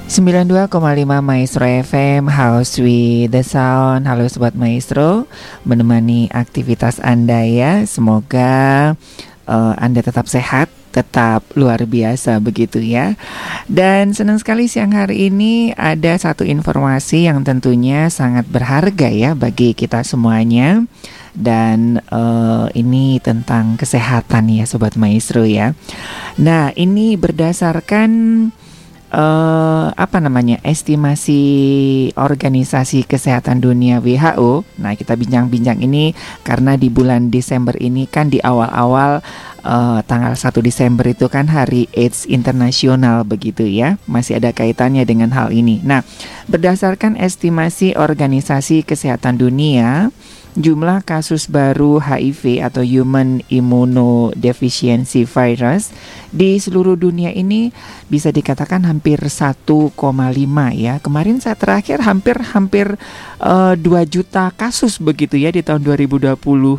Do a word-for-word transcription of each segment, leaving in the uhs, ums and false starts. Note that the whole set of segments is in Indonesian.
sembilan puluh dua koma lima Maestro F M, House with the Sound. Halo Sobat Maestro, menemani aktivitas Anda ya. Semoga uh, Anda tetap sehat, tetap luar biasa begitu ya. Dan senang sekali siang hari ini ada satu informasi yang tentunya sangat berharga ya bagi kita semuanya. Dan uh, ini tentang kesehatan ya Sobat Maestro ya. Nah, ini berdasarkan Uh, apa namanya estimasi Organisasi Kesehatan Dunia W H O. Nah, kita bincang-bincang ini karena di bulan Desember ini kan di awal-awal uh, tanggal satu Desember itu kan Hari AIDS Internasional begitu ya. Masih ada kaitannya dengan hal ini. Nah, berdasarkan estimasi Organisasi Kesehatan Dunia, jumlah kasus baru H I V atau Human Immunodeficiency Virus di seluruh dunia ini bisa dikatakan hampir satu koma lima ya. Kemarin saya terakhir hampir hampir uh, dua juta kasus begitu ya di tahun dua ribu dua puluh.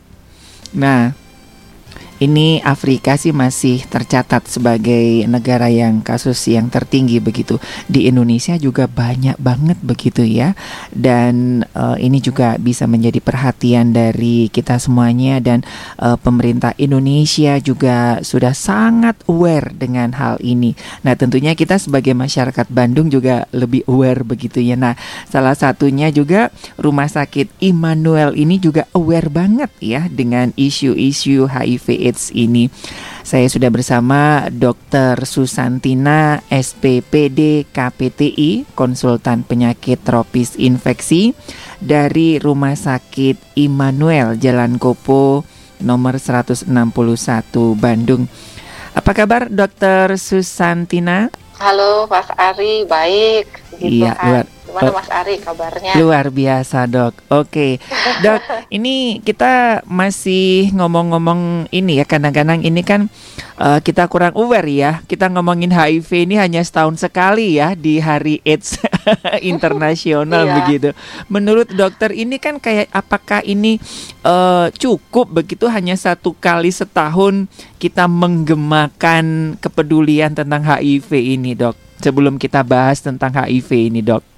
Nah, ini Afrika sih masih tercatat sebagai negara yang kasus yang tertinggi begitu. Di Indonesia juga banyak banget begitu ya. Dan uh, ini juga bisa menjadi perhatian dari kita semuanya. Dan uh, pemerintah Indonesia juga sudah sangat aware dengan hal ini. Nah, tentunya kita sebagai masyarakat Bandung juga lebih aware begitu ya. Nah, salah satunya juga Rumah Sakit Immanuel ini juga aware banget ya dengan isu-isu H I V AIDS ini. Saya sudah bersama dokter Susantina S P P D K P T I, konsultan penyakit tropis infeksi dari Rumah Sakit Immanuel Jalan Kopo nomor seratus enam puluh satu Bandung. Apa kabar dokter Susantina? Halo Mas Ari, baik. Gitu iya, kan. luar, Gimana Mas Ari kabarnya? Luar biasa dok. Oke dok, ini kita masih ngomong-ngomong ini ya. Kadang-kadang ini kan uh, kita kurang aware ya. Kita ngomongin H I V ini hanya setahun sekali ya di Hari AIDS Internasional Iya. begitu. Menurut dokter ini kan kayak apakah ini uh, cukup begitu hanya satu kali setahun kita menggemakan kepedulian tentang H I V ini dok? Sebelum kita bahas tentang H I V ini dok.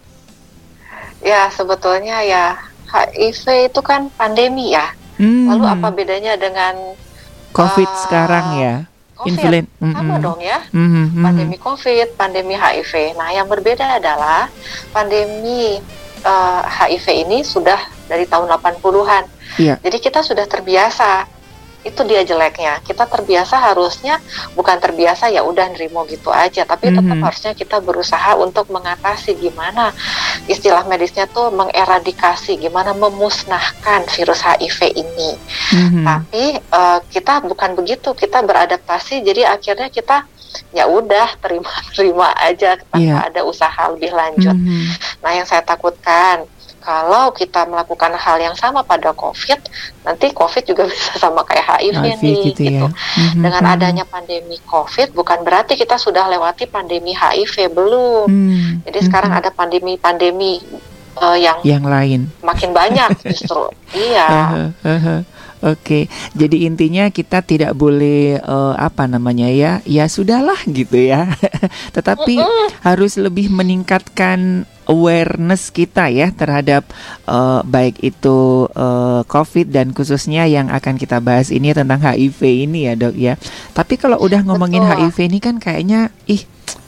Ya sebetulnya ya H I V itu kan pandemi ya. Hmm. Lalu apa bedanya dengan COVID uh, sekarang ya? COVID? Influen- Sama Mm-mm. dong ya. Mm-mm. Pandemi COVID, pandemi H I V. Nah yang berbeda adalah pandemi uh, H I V ini sudah dari tahun delapan puluhan. Iya. Jadi kita sudah terbiasa. Itu dia jeleknya. Kita terbiasa harusnya bukan terbiasa ya udah nerimo gitu aja, tapi tetap Mhm. harusnya kita berusaha untuk mengatasi gimana istilah medisnya tuh mengeradikasi, gimana memusnahkan virus H I V ini. Mhm. Tapi uh, kita bukan begitu, kita beradaptasi. Jadi akhirnya kita ya udah terima-terima aja tanpa Iya. ada usaha lebih lanjut. Mhm. Nah, yang saya takutkan kalau kita melakukan hal yang sama pada COVID, nanti COVID juga bisa sama kayak H I V H I V nih, gitu ya. gitu. Mhm. Dengan adanya pandemi COVID, bukan berarti kita sudah lewati pandemi H I V, belum. Mhm. Jadi sekarang Mhm. ada pandemi-pandemi uh, yang yang lain. makin banyak justru. Iya. Aha, aha. Oke, jadi intinya kita tidak boleh uh, apa namanya ya, ya sudahlah gitu ya. Tetapi Mm-mm. harus lebih meningkatkan awareness kita ya terhadap uh, baik itu uh, COVID dan khususnya yang akan kita bahas ini tentang H I V ini ya dok ya. Tapi kalau udah ngomongin H Betul. I V ini kan kayaknya ih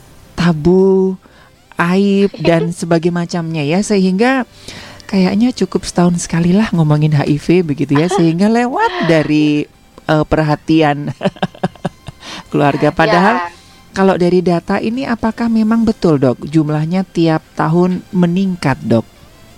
tabu, aib dan sebagai macamnya ya, sehingga kayaknya cukup setahun sekali lah ngomongin H I V begitu ya, sehingga lewat dari uh, perhatian keluarga. Padahal Ya, kalau dari data ini apakah memang betul dok jumlahnya tiap tahun meningkat dok?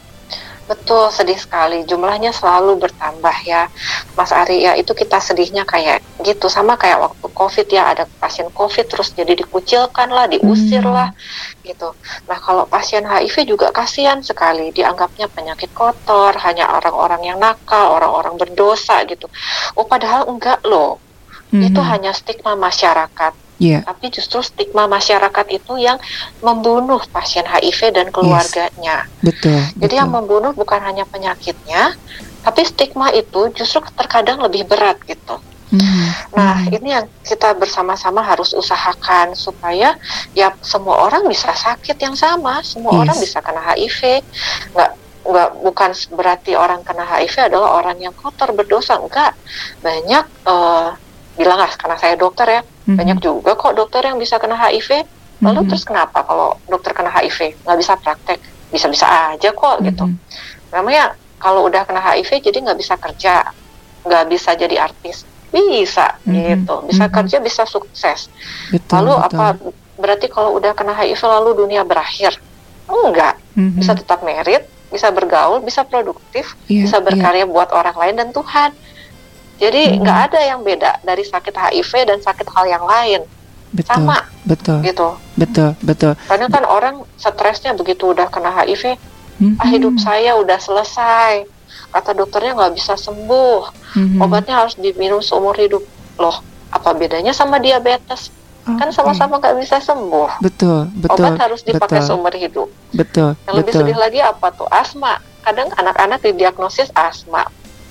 betul, sedih sekali. Jumlahnya selalu bertambah ya, Mas Ari. Ya, itu kita sedihnya kayak gitu. Sama kayak waktu COVID ya, ada pasien COVID terus jadi dikucilkan lah, diusir Hmm. lah, gitu. Nah, kalau pasien H I V juga kasihan sekali. Dianggapnya penyakit kotor, hanya orang-orang yang nakal, orang-orang berdosa gitu. Oh, padahal enggak loh. Itu Mhm. hanya stigma masyarakat. Iya. Tapi justru stigma masyarakat itu yang membunuh pasien H I V dan keluarganya. Betul. Jadi betul. yang membunuh bukan hanya penyakitnya, tapi stigma itu justru terkadang lebih berat gitu. Mhm. Nah, Mhm. ini yang kita bersama-sama harus usahakan supaya ya semua orang bisa sakit yang sama, semua orang Yes. bisa kena H I V. Nggak nggak bukan berarti orang kena H I V adalah orang yang kotor berdosa, enggak. Banyak eh, bilang ah karena saya dokter ya, Mhm. banyak juga kok dokter yang bisa kena H I V. Lalu Mhm. terus kenapa kalau dokter kena H I V nggak bisa praktek? Bisa-bisa aja kok gitu. Mhm. Namanya kalau udah kena H I V jadi nggak bisa kerja, nggak bisa jadi artis. Bisa Mhm. gitu, bisa Mhm. kerja, bisa sukses. Betul, Lalu betul. apa berarti kalau udah kena H I V lalu dunia berakhir? Enggak, Mhm. bisa tetap merit, bisa bergaul, bisa produktif, Iya, bisa iya. berkarya buat orang lain dan Tuhan. Jadi nggak Mhm. ada yang beda dari sakit H I V dan sakit hal yang lain, Betul, sama betul, gitu. betul, betul. Kadang J- kan orang stresnya begitu udah kena H I V, ah hidup Mhm. saya udah selesai, kata dokternya nggak bisa sembuh, Mhm. obatnya harus diminum seumur hidup. Loh, apa bedanya sama diabetes? Kan Oke. sama-sama nggak bisa sembuh, Betul, betul, obat harus dipakai betul, seumur hidup. betul, Yang lebih betul. sedih lagi apa tuh? Asma. Kadang anak-anak didiagnosis asma,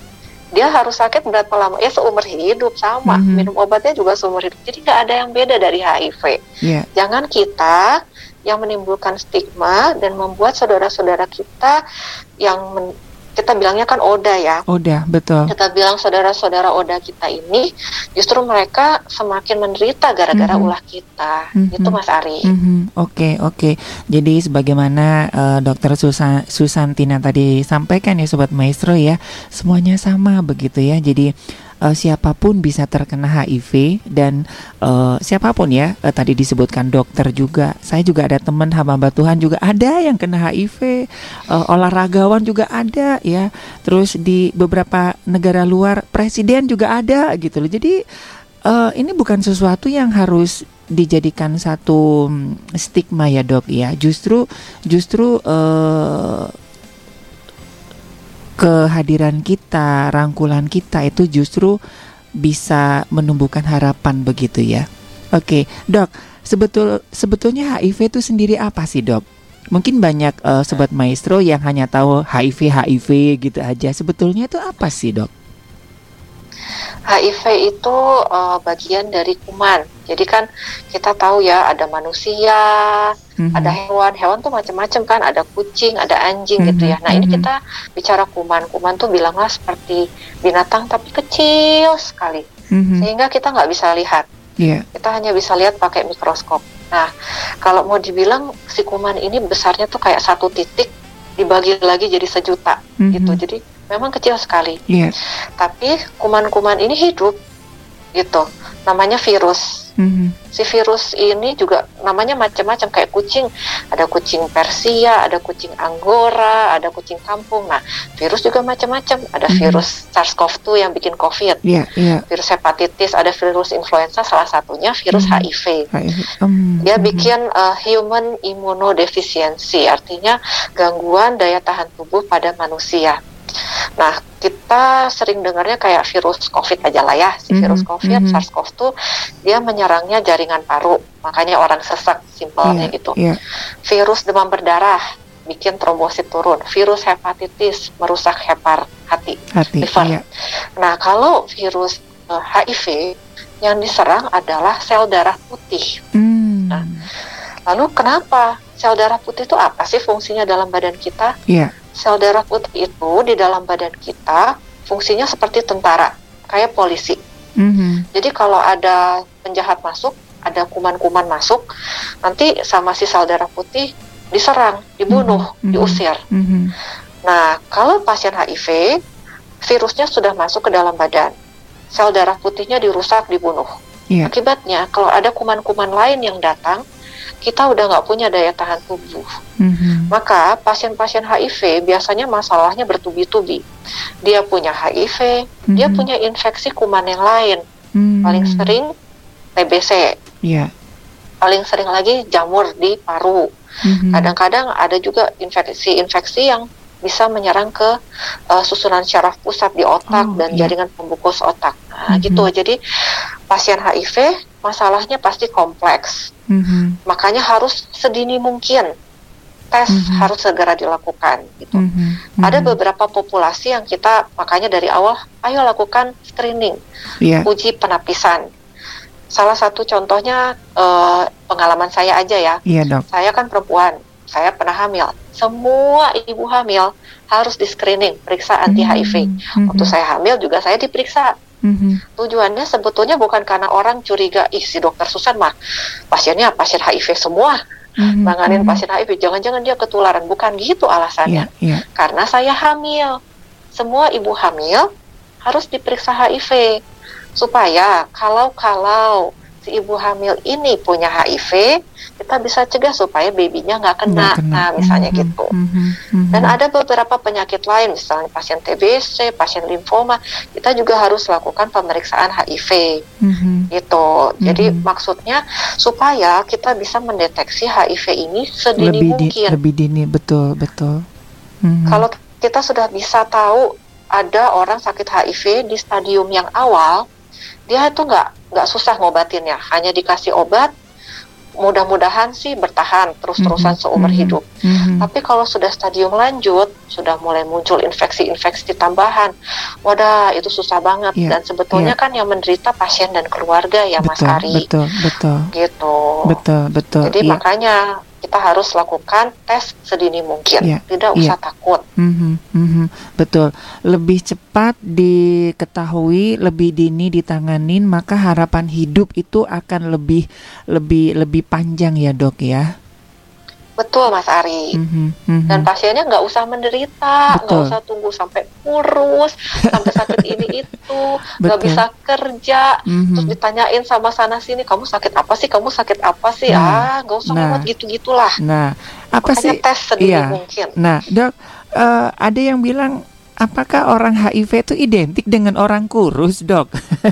dia harus sakit berapa lama? Ya seumur hidup sama, Mhm. minum obatnya juga seumur hidup. Jadi nggak ada yang beda dari H I V. Iya, Jangan kita yang menimbulkan stigma dan membuat saudara-saudara kita yang men- kita bilangnya kan Oda ya. udah, betul. Kita bilang saudara-saudara Oda kita ini justru mereka semakin menderita gara-gara Mhm. ulah kita. Mhm. Itu Mas Ari. Mhm. Oke, oke. Jadi sebagaimana eh, Dokter Susa- Susantina tadi sampaikan ya Sobat Maestro ya, semuanya sama begitu ya. Jadi eh, siapapun bisa terkena H I V dan eh, siapapun ya, eh, tadi disebutkan dokter juga. Saya juga ada teman hamba Tuhan juga ada yang kena H I V, eh, olahragawan juga ada ya. Terus di beberapa negara luar presiden juga ada gitu loh. Jadi eh, ini bukan sesuatu yang harus dijadikan satu mm, stigma ya dok ya. Justru justru eh, kehadiran kita, rangkulan kita itu justru bisa menumbuhkan harapan begitu ya. Oke, dok, sebetul sebetulnya H I V itu sendiri apa sih dok? Mungkin banyak eh, sobat maestro yang hanya tahu H I V H I V gitu aja. Sebetulnya itu apa sih dok? H I V itu uh, bagian dari kuman. Jadi kan kita tahu ya ada manusia, Mhm. ada hewan. Hewan tuh macam-macam kan, ada kucing, ada anjing gitu Mhm. ya. Nah, ini Mhm. kita bicara kuman. Kuman tuh bilanglah seperti binatang tapi kecil sekali. Mhm. Sehingga kita nggak bisa lihat. Iya. Kita hanya bisa lihat pakai mikroskop. Nah, kalau mau dibilang si kuman ini besarnya tuh kayak satu titik dibagi lagi jadi sejuta Mhm. gitu. Jadi memang kecil sekali. Iya. Tapi kuman-kuman ini hidup gitu. Namanya virus. Mhm. Si virus ini juga namanya macam-macam kayak kucing. Ada kucing Persia, ada kucing Anggora, ada kucing kampung. Nah, virus juga macam-macam. Ada Mhm. virus SARS-CoV dua yang bikin COVID. Iya, iya. Virus hepatitis, ada virus influenza, salah satunya virus Mhm. H I V. H I V. Um, Dia mhm. bikin uh, human immunodeficiency, artinya gangguan daya tahan tubuh pada manusia. Nah, kita sering dengarnya kayak virus COVID aja lah ya, si virus Mhm, COVID, mhm. SARS-CoV dua, dia menyerangnya jaringan paru, makanya orang sesak, simpelnya Iya, gitu. iya. Virus demam berdarah, bikin trombosit turun. Virus hepatitis, merusak hepar hati, Hati. liver. Iya. Nah, kalau virus uh, H I V, yang diserang adalah sel darah putih. Hmm. Nah, lalu kenapa? Sel darah putih itu apa sih fungsinya dalam badan kita? Iya. Sel darah putih itu di dalam badan kita fungsinya seperti tentara, kayak polisi. Mhm. Jadi kalau ada penjahat masuk, ada kuman-kuman masuk, nanti sama si sel darah putih diserang, dibunuh, Mhm, mhm, diusir. mhm. Nah, kalau pasien H I V, virusnya sudah masuk ke dalam badan. Sel darah putihnya dirusak, dibunuh. Iya. Akibatnya, kalau ada kuman-kuman lain yang datang, kita udah nggak punya daya tahan tubuh. Mhm. Maka pasien-pasien H I V biasanya masalahnya bertubi-tubi. Dia punya H I V, dia Mhm. punya infeksi kuman yang lain. Hmm. Paling sering T B C, Iya. paling sering lagi jamur di paru. Mhm. Kadang-kadang ada juga infeksi-infeksi yang bisa menyerang ke uh, susunan syaraf pusat di otak Oh, dan iya. jaringan pembungkus otak. Nah, Mhm. gitu. Jadi pasien H I V masalahnya pasti kompleks. Mhm. Makanya harus sedini mungkin tes Mhm. harus segera dilakukan gitu. Mhm. Ada Mhm. beberapa populasi yang kita makanya dari awal ayo lakukan screening, Iya. uji penapisan. Salah satu contohnya eh, pengalaman saya aja ya. Iya, Dok. Saya kan perempuan, saya pernah hamil. Semua ibu hamil harus di screening, periksa anti H I V. Mhm. Waktu saya hamil juga saya diperiksa. Mhm. Tujuannya sebetulnya bukan karena orang curiga, ih si dokter Susan mah pasiennya pasien H I V semua, Mhm. nanganin Mhm. pasien H I V, jangan-jangan dia ketularan. Bukan gitu alasannya. Iya, iya. Karena saya hamil. Semua ibu hamil harus diperiksa H I V. Supaya kalau-kalau si ibu hamil ini punya H I V, kita bisa cegah supaya babynya nggak kena. Nggak kena. Nah, misalnya Mhm. gitu. Mhm. Mhm. Dan ada beberapa penyakit lain, misalnya pasien T B C, pasien limfoma, kita juga harus lakukan pemeriksaan H I V. Mhm. Gitu. Jadi Mhm. maksudnya supaya kita bisa mendeteksi H I V ini sedini lebih di, mungkin. lebih dini, betul, betul. Mhm. Kalau kita sudah bisa tahu ada orang sakit H I V di stadium yang awal, dia itu nggak nggak susah ngobatinnya, hanya dikasih obat, mudah-mudahan sih bertahan terus-terusan Mhm. seumur Mhm. hidup. Mhm. Tapi kalau sudah stadium lanjut, sudah mulai muncul infeksi-infeksi tambahan, wadah itu susah banget. Iya, Dan sebetulnya iya. kan yang menderita pasien dan keluarga ya Mas Betul, Ari, betul, betul, gitu. betul, betul. Jadi Iya. makanya kita harus lakukan tes sedini mungkin, Iya, tidak iya. usah takut. Mhm, mhm, betul. Lebih cepat diketahui, lebih dini ditanganin, maka harapan hidup itu akan lebih lebih lebih panjang ya, Dok ya. Betul Mas Ari. Mhm, mhm. Dan pasiennya nggak usah menderita, nggak Betul. usah tunggu sampai kurus, sampai sakit ini itu, nggak Betul. bisa kerja, terus Mhm. ditanyain sama sana sini, kamu sakit apa sih, kamu sakit apa sih, Nah, ah nggak usah nah. lewat gitu-gitulah. Nah, apa Makanya sih? tes sedini Iya. mungkin. Nah, Dok, eh, ada yang bilang apakah orang H I V itu identik dengan orang kurus, Dok?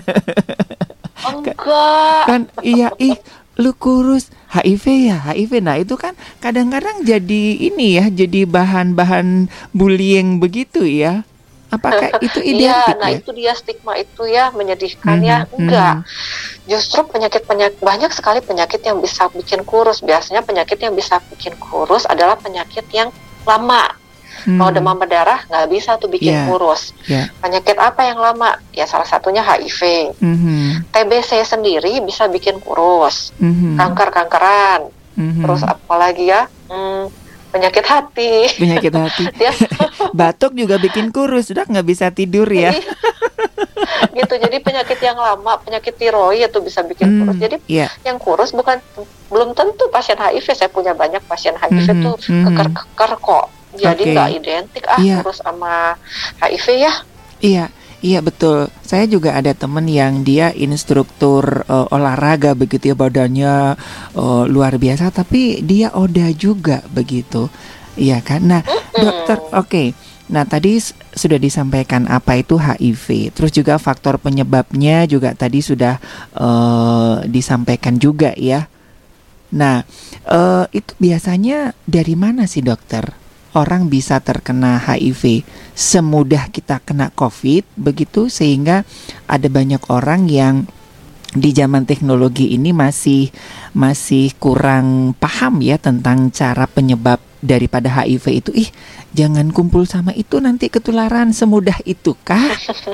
Enggak. Kan iya, ih lu kurus, H I V ya, H I V. Nah itu kan kadang-kadang jadi ini ya, jadi bahan-bahan bullying begitu ya. Apakah itu Iya, identik nah ya? itu dia stigma itu ya, menyedihkan Mhm, ya. Enggak. mhm. Justru penyakit-penyakit, banyak sekali penyakit yang bisa bikin kurus. Biasanya penyakit yang bisa bikin kurus adalah penyakit yang lama. Kalau Mhm. demam berdarah nggak bisa tuh bikin Iya. kurus. Ya. Penyakit apa yang lama? Ya salah satunya H I V. Mhm, T B C sendiri bisa bikin kurus. mhm, Kanker-kankeran. mhm. Terus apalagi ya? Hmm, penyakit hati. Penyakit hati, Dia batuk juga bikin kurus, udah nggak bisa tidur ya. gitu. Jadi penyakit yang lama, penyakit tiroid itu bisa bikin Hmm, kurus. Jadi iya. yang kurus bukan belum tentu pasien H I V. Saya punya banyak pasien H I V Mhm, tuh mhm. keker-keker kok. Jadi Oke. nggak identik ah Iya. kurus sama H I V ya. Iya, iya betul. Saya juga ada temen yang dia instruktur eh, olahraga begitu ya, badannya eh, luar biasa, tapi dia oda juga begitu. Iya kan? Nah, dokter, oke. Nah, tadi s- sudah disampaikan apa itu H I V. Terus juga faktor penyebabnya juga tadi sudah eh, disampaikan juga ya. Nah, eh, itu biasanya dari mana sih, dokter? Orang bisa terkena H I V semudah kita kena COVID begitu, sehingga ada banyak orang yang di zaman teknologi ini masih masih kurang paham ya tentang cara penyebab daripada H I V itu. Ih, jangan kumpul sama itu nanti ketularan, semudah itu kah?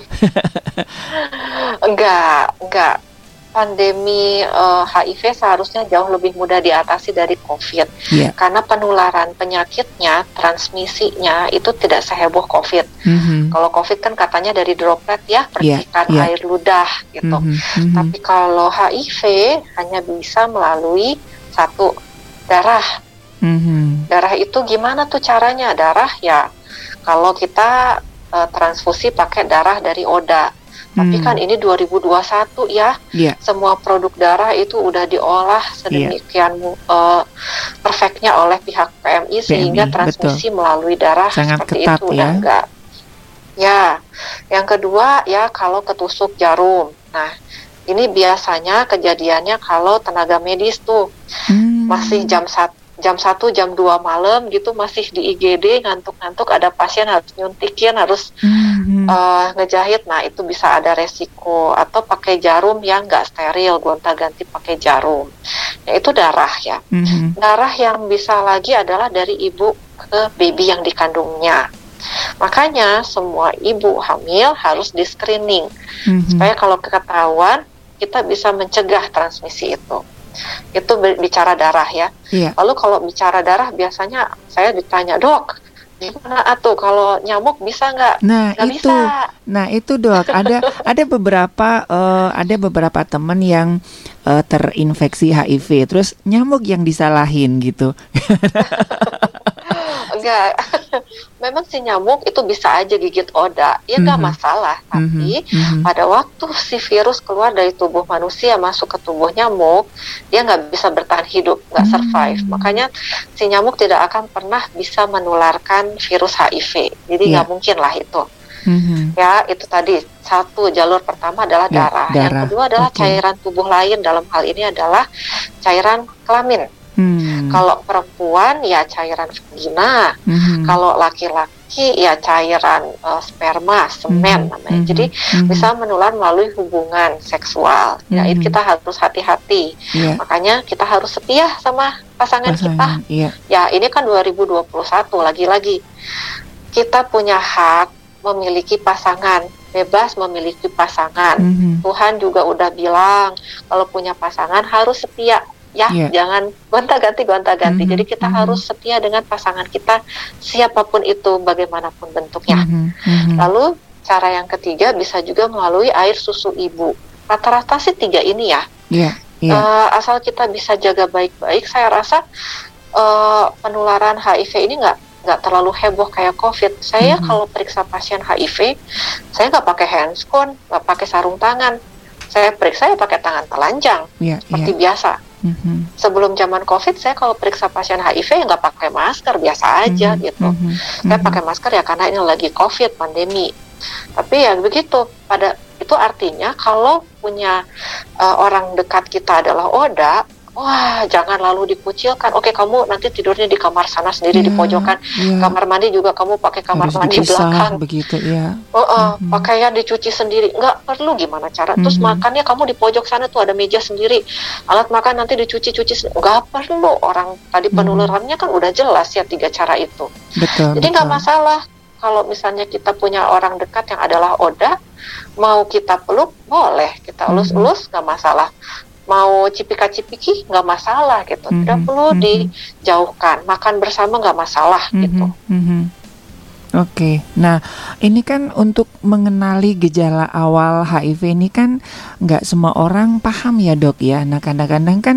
Enggak, enggak. Pandemi eh, H I V seharusnya jauh lebih mudah diatasi dari COVID. Iya. Karena penularan penyakitnya, transmisinya itu tidak seheboh COVID. Mhm, Kalau COVID kan katanya dari droplet ya, percikan iya. air ludah gitu. mhm, mhm. Tapi kalau H I V hanya bisa melalui satu, darah. Mhm, Darah itu gimana tuh caranya? Darah ya kalau kita eh, transfusi pakai darah dari O D A. Tapi Hmm. kan ini dua ribu dua puluh satu ya, Iya. semua produk darah itu udah diolah sedemikian eh, perfectnya oleh pihak P M I sehingga P M I, transmisi melalui darah Sangat seperti ketat itu ya. udah enggak. Ya, yang kedua ya kalau ketusuk jarum. Nah, ini biasanya kejadiannya kalau tenaga medis tuh Hmm. masih jam satu jam satu jam dua malam gitu masih di I G D ngantuk-ngantuk, ada pasien harus nyuntikin, harus Mhm. Mhm. uh, ngejahit, nah itu bisa ada resiko. Atau pakai jarum yang nggak steril, gonta-ganti pakai jarum, ya itu darah ya. Mhm. Darah yang bisa lagi adalah dari ibu ke baby yang dikandungnya. Makanya semua ibu hamil harus di screening, Mhm. supaya kalau ketahuan kita bisa mencegah transmisi itu. Itu bicara darah ya. Iya. Lalu kalau bicara darah biasanya saya ditanya, dok, gimana atuh kalau nyamuk bisa nggak? Nah Nggak itu, bisa. nah itu dok, ada ada beberapa uh, ada beberapa teman yang uh, terinfeksi H I V, terus nyamuk yang disalahin gitu. Enggak, memang si nyamuk itu bisa aja gigit oda, ya nggak Mhm. masalah. Tapi Mhm. Mhm. pada waktu si virus keluar dari tubuh manusia masuk ke tubuh nyamuk, dia nggak bisa bertahan hidup, nggak survive. Hmm. Makanya si nyamuk tidak akan pernah bisa menularkan virus H I V. Jadi nggak Iya. mungkin lah itu. Mhm. Ya, itu tadi satu jalur pertama adalah Ya, darah. Yang darah. kedua adalah Oke. cairan tubuh lain, dalam hal ini adalah cairan kelamin. Hmm. Kalau perempuan ya cairan vagina, Mhm. kalau laki-laki ya cairan uh, sperma, semen Mhm. namanya. Mhm. Jadi Mhm. bisa menular melalui hubungan seksual. Ya, Mhm. itu kita harus hati-hati. Iya. Makanya kita harus setia sama pasangan kita. Pasangan, iya. Ya, ini kan dua ribu dua puluh satu, lagi-lagi kita punya hak memiliki pasangan, bebas memiliki pasangan. Mhm. Tuhan juga udah bilang kalau punya pasangan harus setia. Ya, Iya. jangan gonta-ganti, gonta-ganti. Mhm. Jadi kita Mhm. harus setia dengan pasangan kita, siapapun itu, bagaimanapun bentuknya. Mhm. Mhm. Lalu cara yang ketiga bisa juga melalui air susu ibu. Rata-rata sih tiga ini ya. Iya. Iya. Uh, asal kita bisa jaga baik-baik, saya rasa uh, penularan H I V ini nggak nggak terlalu heboh kayak COVID. Saya Mhm. kalau periksa pasien H I V, saya nggak pakai handscone, nggak pakai sarung tangan. Saya periksa ya pakai tangan telanjang, Iya. seperti Iya. biasa. Mhm. Sebelum zaman COVID, saya kalau periksa pasien H I V ya nggak pakai masker, biasa aja Mhm. gitu. Mhm. Saya Mhm. pakai masker ya karena ini lagi COVID, pandemi. Tapi ya begitu, pada itu artinya kalau punya uh, orang dekat kita adalah oda, wah jangan lalu dikucilkan. Oke, kamu nanti tidurnya di kamar sana sendiri, di Iya. pojokan. Iya. Kamar mandi juga kamu pakai kamar Harus mandi dipisah belakang. begitu ya. Oh, uh, Mhm. pakaian dicuci sendiri, nggak perlu gimana cara. Terus Mhm. makannya kamu di pojok sana tuh ada meja sendiri, alat makan nanti dicuci-cuci, sen- nggak perlu. Orang tadi Mhm. penularannya kan udah jelas ya tiga cara itu. Betul. Jadi nggak betul. masalah kalau misalnya kita punya orang dekat yang adalah oda, mau kita peluk boleh, kita Mhm. elus-elus nggak masalah. Mau cipika-cipiki nggak masalah gitu, tidak Mhm. perlu Mhm. dijauhkan. Makan bersama nggak masalah gitu. Mhm. Mhm. Oke, nah ini kan untuk mengenali gejala awal H I V ini kan nggak semua orang paham ya dok ya. Nah kadang-kadang kan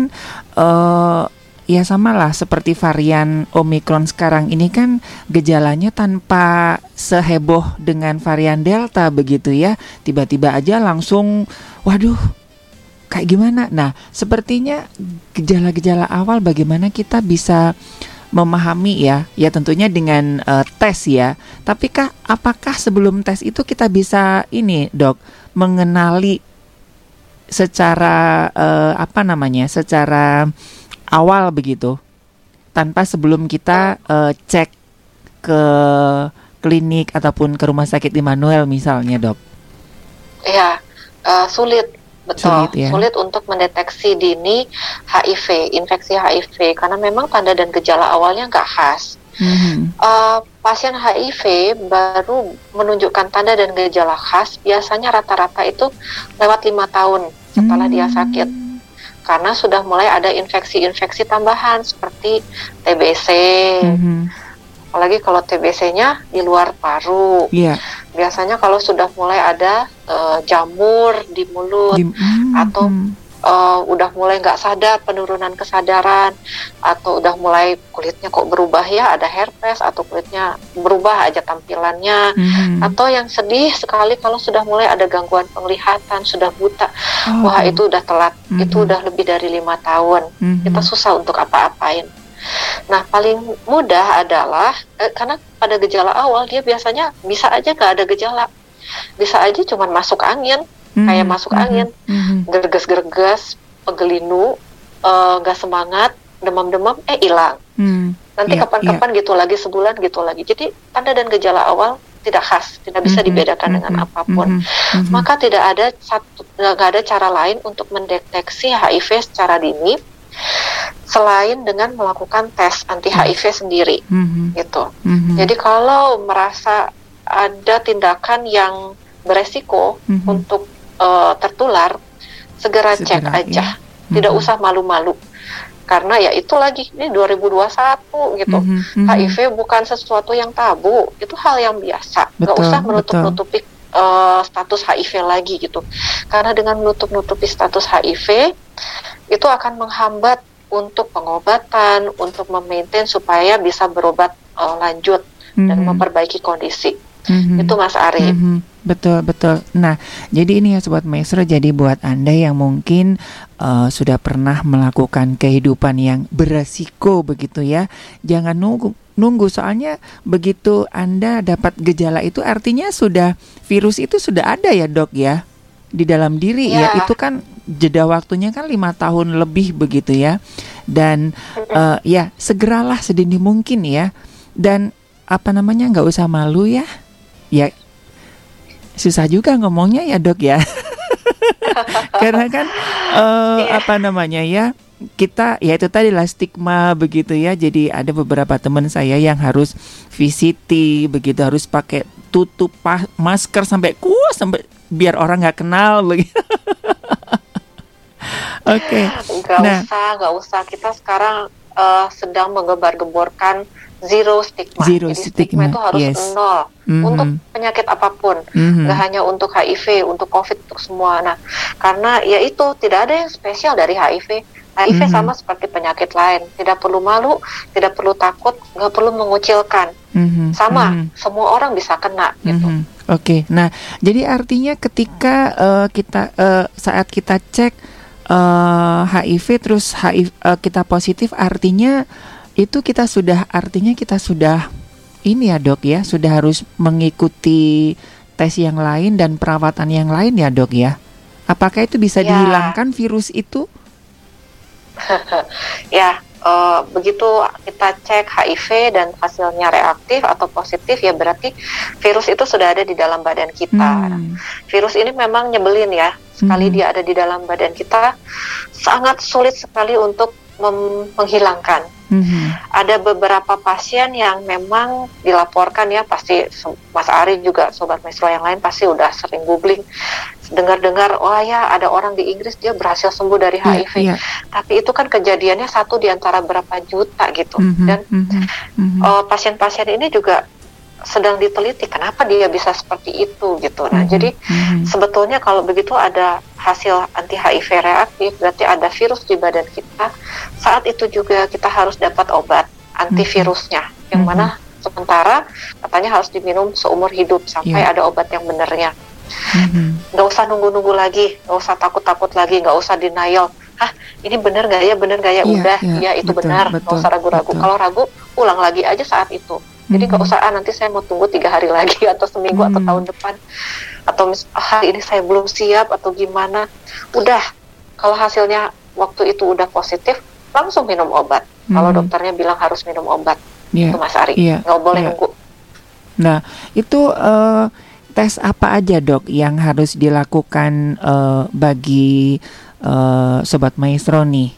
eh ya sama lah seperti varian Omicron sekarang ini kan gejalanya tanpa seheboh dengan varian Delta begitu ya. Tiba-tiba aja langsung, waduh kayak gimana. Nah sepertinya gejala-gejala awal bagaimana kita bisa memahami ya, ya tentunya dengan uh, tes ya. Tapi kah, apakah sebelum tes itu kita bisa ini dok mengenali secara uh, apa namanya, secara awal begitu, tanpa sebelum kita uh, cek ke klinik ataupun ke rumah sakit Immanuel misalnya dok? Ya, uh, sulit. Betul, Sulit, ya? sulit untuk mendeteksi dini H I V, infeksi H I V, karena memang tanda dan gejala awalnya nggak khas. Mm-hmm. Uh, pasien H I V baru menunjukkan tanda dan gejala khas, biasanya rata-rata itu lewat lima tahun setelah mm-hmm. dia sakit. Karena sudah mulai ada infeksi-infeksi tambahan seperti T B C, mm-hmm. apalagi kalau T B C-nya di luar paru. Yeah. Biasanya kalau sudah mulai ada uh, jamur di mulut di, mm, atau uh, udah mulai nggak sadar, penurunan kesadaran, atau udah mulai kulitnya kok berubah ya, ada herpes atau kulitnya berubah aja tampilannya, mm-hmm. atau yang sedih sekali kalau sudah mulai ada gangguan penglihatan, sudah buta, oh, wah itu udah telat, mm-hmm. itu udah lebih dari lima tahun, mm-hmm. kita susah untuk apa-apain. Nah, paling mudah adalah eh, karena pada gejala awal dia biasanya bisa aja nggak ada gejala, bisa aja cuma masuk angin, mm-hmm. kayak masuk mm-hmm. angin, mm-hmm. gerges-gerges, pegelinu, nggak uh, semangat, demam-demam, eh hilang. Mm-hmm. Nanti yeah, kapan-kapan yeah. gitu lagi, sebulan gitu lagi. Jadi tanda dan gejala awal tidak khas, tidak bisa Mhm, dibedakan dengan mhm, apapun. mhm, mhm. Maka tidak ada satu, nggak ada cara lain untuk mendeteksi H I V secara dini selain dengan melakukan tes anti H I V sendiri, Mhm, gitu. mhm, Jadi kalau merasa ada tindakan yang beresiko mhm. untuk uh, tertular, segera, cek Segera, aja, ya. tidak Mhm. usah malu-malu. Karena ya itu lagi, ini dua ribu dua puluh satu gitu, Mhm, H I V mhm. bukan sesuatu yang tabu, itu hal yang biasa, nggak Betul, usah betul. menutup-nutupi uh, status H I V lagi gitu. Karena dengan menutup-nutupi status H I V, itu akan menghambat untuk pengobatan, untuk memaintain supaya bisa berobat uh, lanjut dan Mhm. memperbaiki kondisi. Mhm. Itu Mas Ari. Mhm. Betul, betul. Nah, jadi ini ya Sobat Maestro, jadi buat Anda yang mungkin uh, sudah pernah melakukan kehidupan yang beresiko begitu ya, jangan nunggu nunggu soalnya begitu Anda dapat gejala itu artinya sudah virus itu sudah ada ya Dok ya di dalam diri ya, Ya. itu kan jeda waktunya kan lima tahun lebih begitu ya, dan uh, ya segeralah sedini mungkin ya, dan apa namanya nggak usah malu ya, ya susah juga ngomongnya ya Dok ya, karena kan uh, Iya. apa namanya ya, kita ya itu tadi lah stigma begitu ya. Jadi ada beberapa teman saya yang harus V C T begitu, harus pakai tutup pa- masker sampai kuas sampai biar orang nggak kenal begitu. Oke. Nggak Nah, usah, nggak usah. Kita sekarang uh, sedang menggembar-gemborkan zero stigma. Zero Jadi stigma, stigma itu harus yes. nol Mhm. untuk penyakit apapun, Mhm. nggak hanya untuk H I V, untuk COVID, untuk semua. Nah, karena ya itu tidak ada yang spesial dari H I V. H I V Mhm. sama seperti penyakit lain, tidak perlu malu, tidak perlu takut, nggak perlu mengucilkan. Mhm. Sama, Mhm. semua orang bisa kena gitu. Mhm. Oke, nah jadi artinya ketika uh, kita uh, saat kita cek uh, H I V terus H I V uh, kita positif, artinya itu kita sudah artinya kita sudah ini ya Dok ya, sudah harus mengikuti tes yang lain dan perawatan yang lain ya Dok ya. Apakah itu bisa Ya. dihilangkan virus itu? Ya, uh, begitu kita cek H I V dan hasilnya reaktif atau positif, ya berarti virus itu sudah ada di dalam badan kita. Hmm. Virus ini memang nyebelin ya, sekali Mhm. dia ada di dalam badan kita, sangat sulit sekali untuk mem- menghilangkan. Mhm. Ada beberapa pasien yang memang dilaporkan ya, pasti Mas Ari juga Sobat Maestro yang lain pasti udah sering googling, dengar-dengar, wah ya ada orang di Inggris dia berhasil sembuh dari H I V. Iya, iya. Tapi itu kan kejadiannya satu di antara berapa juta gitu. Mhm. Dan Mhm. Mhm. uh, pasien-pasien ini juga sedang diteliti kenapa dia bisa seperti itu gitu. Nah, Mhm. jadi Mhm. sebetulnya kalau begitu ada hasil anti H I V reaktif, berarti ada virus di badan kita. Saat itu juga kita harus dapat obat antivirusnya, yang Mhm. mana sementara katanya harus diminum seumur hidup sampai Iya. ada obat yang benernya. Mhm. Nggak usah nunggu-nunggu lagi, nggak usah takut-takut lagi, nggak usah denial. Hah, ini bener nggak ya, bener nggak ya? Iya, Udah, iya, ya itu betul, benar, nggak betul, usah ragu-ragu. betul. Kalau ragu, ulang lagi aja saat itu. Jadi nggak Mhm. usah, ah nanti saya mau tunggu tiga hari lagi atau seminggu atau Hmm. tahun depan, atau mis- ah, hari ini saya belum siap atau gimana. Udah, kalau hasilnya waktu itu udah positif, langsung minum obat. Kalau Mhm. dokternya bilang harus minum obat, Iya, itu Mas Ari, iya, nggak boleh iya. nunggu. Nah, itu eh, tes apa aja Dok yang harus dilakukan eh, bagi eh, Sobat Maestro nih?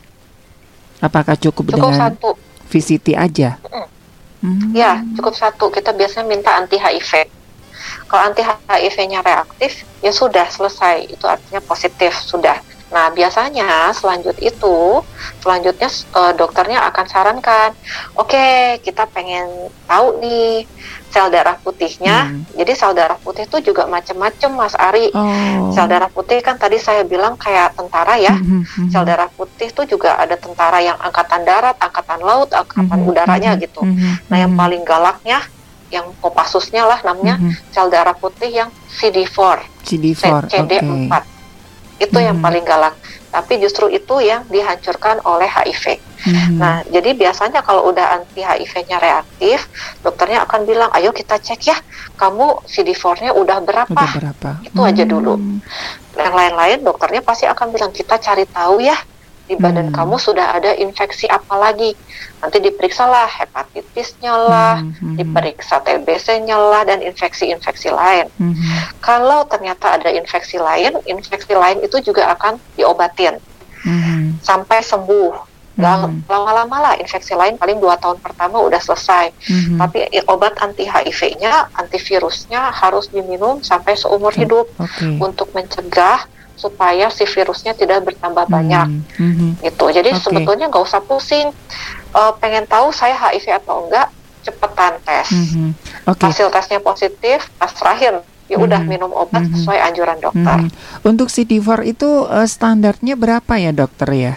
Apakah cukup, Cukup dengan satu, V C T aja? Mm. Hmm. ya cukup satu. Kita biasanya minta anti H I V. Kalau anti H I V-nya reaktif, ya sudah selesai. Itu artinya positif, sudah. Nah, biasanya selanjut itu, selanjutnya uh, dokternya akan sarankan, oke, okay, kita pengen tahu nih sel darah putihnya. Hmm. Jadi sel darah putih itu juga macam-macam, Mas Ari. Oh. Sel darah putih kan tadi saya bilang kayak tentara ya. Mhm, mhm. Sel darah putih itu juga ada tentara yang angkatan darat, angkatan laut, angkatan Mhm, udaranya mhm, gitu. mhm, Nah, yang mhm. paling galaknya, yang Kopassusnya lah namanya, Mhm. sel darah putih yang C D empat, C D empat, C D empat. Itu yang Mhm. paling galak. Tapi justru itu yang dihancurkan oleh H I V. Mhm. Nah, jadi biasanya kalau udah anti H I V-nya reaktif, dokternya akan bilang, ayo kita cek ya, kamu C D empat-nya udah berapa? Udah berapa? Itu aja dulu. Hmm. Yang lain-lain dokternya pasti akan bilang, kita cari tahu ya, di badan Hmm. kamu sudah ada infeksi apa lagi. Nanti diperiksalah hepatitisnya lah, Hmm, hmm, diperiksa T B C-nya lah, dan infeksi-infeksi lain. hmm, Kalau ternyata ada infeksi lain, infeksi lain itu juga akan diobatin hmm, sampai sembuh. Gak Hmm. lama-lama lah, infeksi lain paling dua tahun pertama udah selesai. hmm. Tapi i- obat anti H I V-nya, antivirusnya harus diminum sampai seumur hidup Oke. untuk mencegah supaya si virusnya tidak bertambah banyak Hmm, hmm, gitu. Jadi Oke. sebetulnya nggak usah pusing. Eh, pengen tahu saya H I V atau enggak, cepetan tes. hmm. Oke. Hasil tesnya positif, pas terakhir ya udah Mhm. minum obat Mhm. sesuai anjuran dokter. Hmm. Untuk C D four itu eh, standarnya berapa ya dokter ya?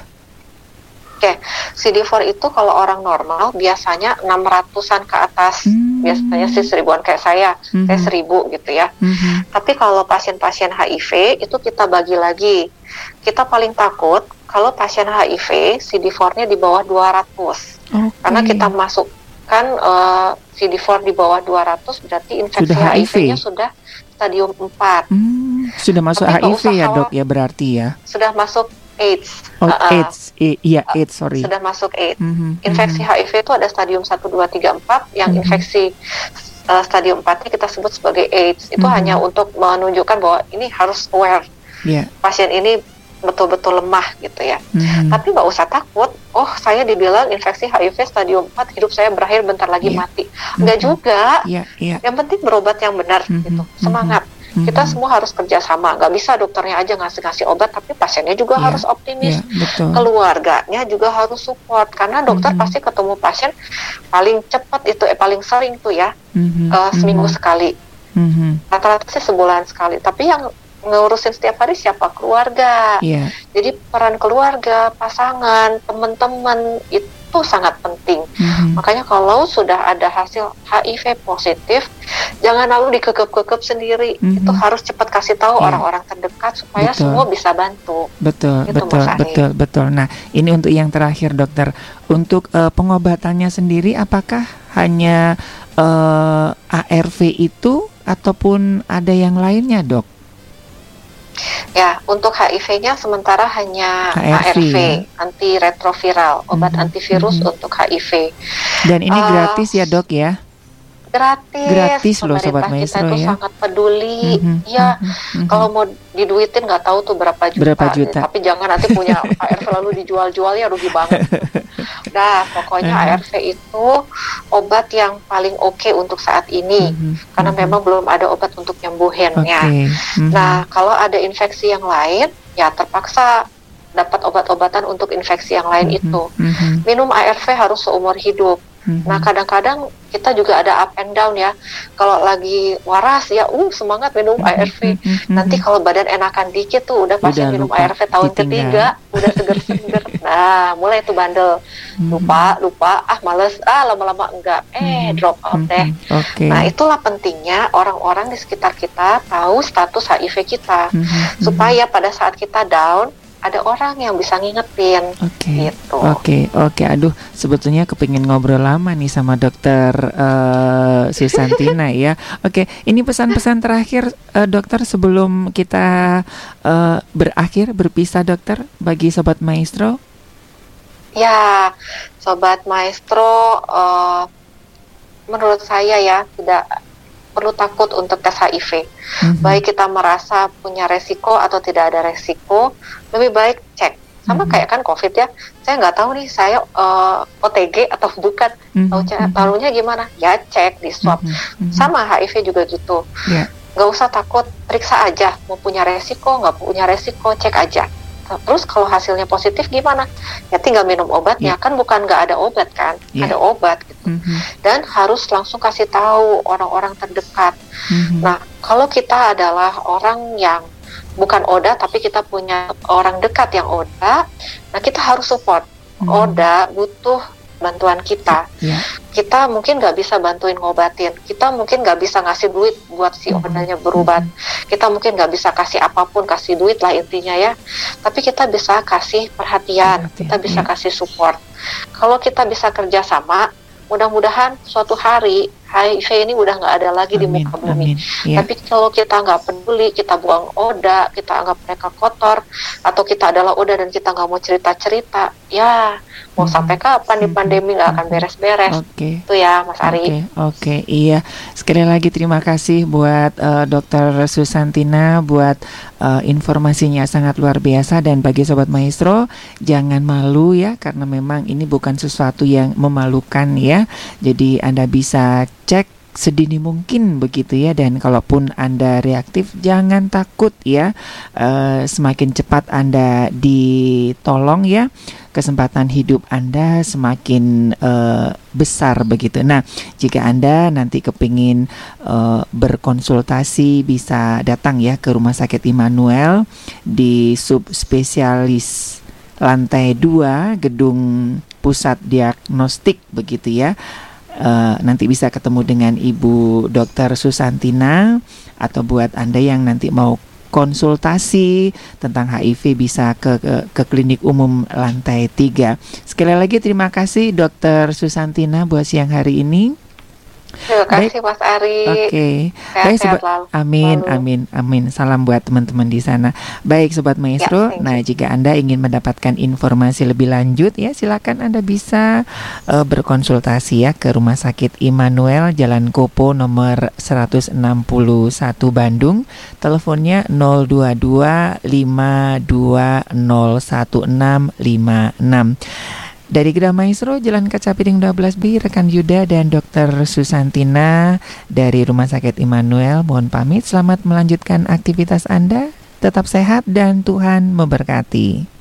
Oke, C D four itu kalau orang normal biasanya enam ratusan ke atas. Hmm. Biasanya sih seribuan kayak saya, Mhm. saya seribu gitu ya. Hmm, Tapi kalau pasien-pasien H I V itu kita bagi lagi. Kita paling takut kalau pasien H I V C D four-nya di bawah dua ratus. Oke. Karena kita masukkan eh, C D four di bawah dua ratus berarti infeksi Sudah H I V. H I V-nya sudah stadium empat. Hmm, sudah masuk Tapi H I nggak V usah ya khawatir. dok ya berarti ya? Sudah masuk AIDS. Oh, Uh-uh. AIDS, I- iya AIDS, sorry. Sudah masuk AIDS. Mhm, Infeksi mhm. H I V itu ada stadium satu, dua, tiga, empat. Yang Mhm. infeksi uh, stadium empat-nya kita sebut sebagai AIDS. Itu Mhm. hanya untuk menunjukkan bahwa ini harus aware. Iya. Pasien ini betul-betul lemah gitu ya. Mhm. Tapi nggak usah takut. Oh, saya dibilang infeksi H I V stadium empat, hidup saya berakhir bentar lagi Iya. mati. Enggak Mhm. juga. Iya, iya. Yang penting berobat yang benar Mhm. gitu. Mhm. Semangat. Mhm. Kita semua harus kerjasama. Nggak bisa dokternya aja ngasih-ngasih obat, tapi pasiennya juga Iya. harus optimis. Iya, betul. Keluarganya juga harus support, karena dokter Mhm. pasti ketemu pasien paling cepat itu eh, paling sering tuh ya Mhm, eh, seminggu mhm, sekali, mhm. rata-rata sih sebulan sekali. Tapi yang ngurusin setiap hari siapa? Keluarga. Iya. Jadi peran keluarga, pasangan, teman-teman itu sangat penting. Mhm. Makanya kalau sudah ada hasil H I V positif, jangan lalu dikekep-kekep sendiri. Mhm. Itu harus cepat kasih tahu Iya. orang-orang terdekat supaya Betul. semua bisa bantu. Betul, Itu, betul, Mas Ari. betul, betul. Nah, ini untuk yang terakhir, dokter. Untuk eh, pengobatannya sendiri, apakah hanya eh, A R V itu ataupun ada yang lainnya, dok? Ya, untuk H I V-nya sementara hanya H R V, A R V, ya? antiretroviral, obat Mhm, antivirus mhm. untuk H I V. Dan ini Eh, gratis ya, dok ya? Gratis. Gratis loh, Sobat Pemerintah Maestro, kita itu ya. sangat peduli. Mhm, Ya, mhm, mhm. kalau mau diduitin nggak tahu tuh berapa juta. Berapa juta? Tapi jangan nanti punya A R V lalu dijual-jual, ya rugi banget. Nah, pokoknya A R V itu obat yang paling oke untuk saat ini. Mhm, Karena mhm. memang belum ada obat untuk nyembuhinnya. Oke. Mhm. Nah, kalau ada infeksi yang lain, ya terpaksa dapat obat-obatan untuk infeksi yang lain Mhm, itu. mhm, Minum A R V harus seumur hidup. mhm. Nah, kadang-kadang kita juga ada up and down ya. Kalau lagi waras ya, uh semangat minum A R V. Mhm, mhm, Nanti mhm. kalau badan enakan dikit tuh udah pasien Udah minum lupa, A R V tahun ditinggal. ketiga, udah seger-seger. Nah, mulai tuh bandel. Mhm. Lupa, lupa, ah males, ah lama-lama enggak. Eh, Mhm, drop out mhm. deh. Oke. Nah, itulah pentingnya orang-orang di sekitar kita tahu status H I V kita. Mhm, mhm. Supaya pada saat kita down, ada orang yang bisa ngingetin. Oke, Gitu. oke, oke. Aduh, sebetulnya kepingin ngobrol lama nih sama dokter eh, Susantina ya. Oke, ini pesan-pesan terakhir eh, dokter sebelum kita eh, berakhir berpisah dokter bagi Sobat Maestro. Ya, Sobat Maestro, eh, menurut saya ya tidak perlu takut untuk tes H I V. Mhm, Baik kita merasa punya resiko atau tidak ada resiko, lebih baik cek. Sama Mhm. kayak kan COVID ya, saya nggak tahu nih saya eh, O T G atau bukan. mhm, Tahu mhm, taruhnya gimana? Ya cek di swab. mhm, mhm. Sama H I V juga gitu. Ya. Nggak usah takut, periksa aja. Mau punya resiko, nggak punya resiko, cek aja. Terus kalau hasilnya positif gimana? Ya tinggal minum obatnya. Ya. Kan bukan nggak ada obat kan? Ya. Ada obat gitu. Mhm, Dan harus langsung kasih tahu orang-orang terdekat. mhm. Nah, kalau kita adalah orang yang bukan O D A, tapi kita punya orang dekat yang O D A, nah kita harus support. Mhm. O D A butuh bantuan kita. Ya. Kita mungkin nggak bisa bantuin ngobatin. Kita mungkin nggak bisa ngasih duit buat si O D A-nya berobat. Kita mungkin nggak bisa kasih apapun, kasih duit lah intinya ya. Tapi kita bisa kasih perhatian, Perhatian, kita bisa iya. kasih support. Kalau kita bisa kerjasama, mudah-mudahan suatu hari H H I V ini udah nggak ada lagi di Amin, muka bumi. amin. Ya. Tapi kalau kita nggak peduli, kita buang oda, kita anggap mereka kotor, atau kita adalah oda dan kita nggak mau cerita-cerita, ya mau Mhm. sampai kapan nih Mhm. pandemi nggak akan Mhm. beres-beres. Oke. Itu ya, Mas Ari. Oke, oke, iya. Sekali lagi terima kasih buat uh, dokter Susantina buat uh, informasinya sangat luar biasa, dan bagi Sobat Maestro jangan malu ya, karena memang ini bukan sesuatu yang memalukan ya. Jadi Anda bisa cek sedini mungkin begitu ya, dan kalaupun Anda reaktif jangan takut ya. Uh, semakin cepat Anda ditolong ya, kesempatan hidup Anda semakin uh, besar begitu. Nah, jika Anda nanti kepingin uh, berkonsultasi bisa datang ya ke Rumah Sakit Immanuel di subspesialis lantai dua gedung pusat diagnostik begitu ya. Uh, nanti bisa ketemu dengan Ibu Dokter Susantina, atau buat Anda yang nanti mau konsultasi tentang H I V bisa ke, ke, ke klinik umum lantai tiga. Sekali lagi terima kasih Dokter Susantina buat siang hari ini. Terima kasih Mas Ari. Oke. Baik, Sehat-sehat sobat. lalu. Amin, lalu. amin, amin. Salam buat teman-teman di sana. Baik, Sobat Maestro. Ya, nah, jika Anda ingin mendapatkan informasi lebih lanjut ya, silakan Anda bisa uh, berkonsultasi ya ke Rumah Sakit Immanuel Jalan Kopo nomor seratus enam puluh satu Bandung. Teleponnya nol dua dua lima dua nol satu enam lima enam. Dari Gerah Maestro, Jalan Kaca Piring dua belas B, rekan Yuda dan Dokter Susantina dari Rumah Sakit Immanuel mohon pamit. Selamat melanjutkan aktivitas Anda, tetap sehat dan Tuhan memberkati.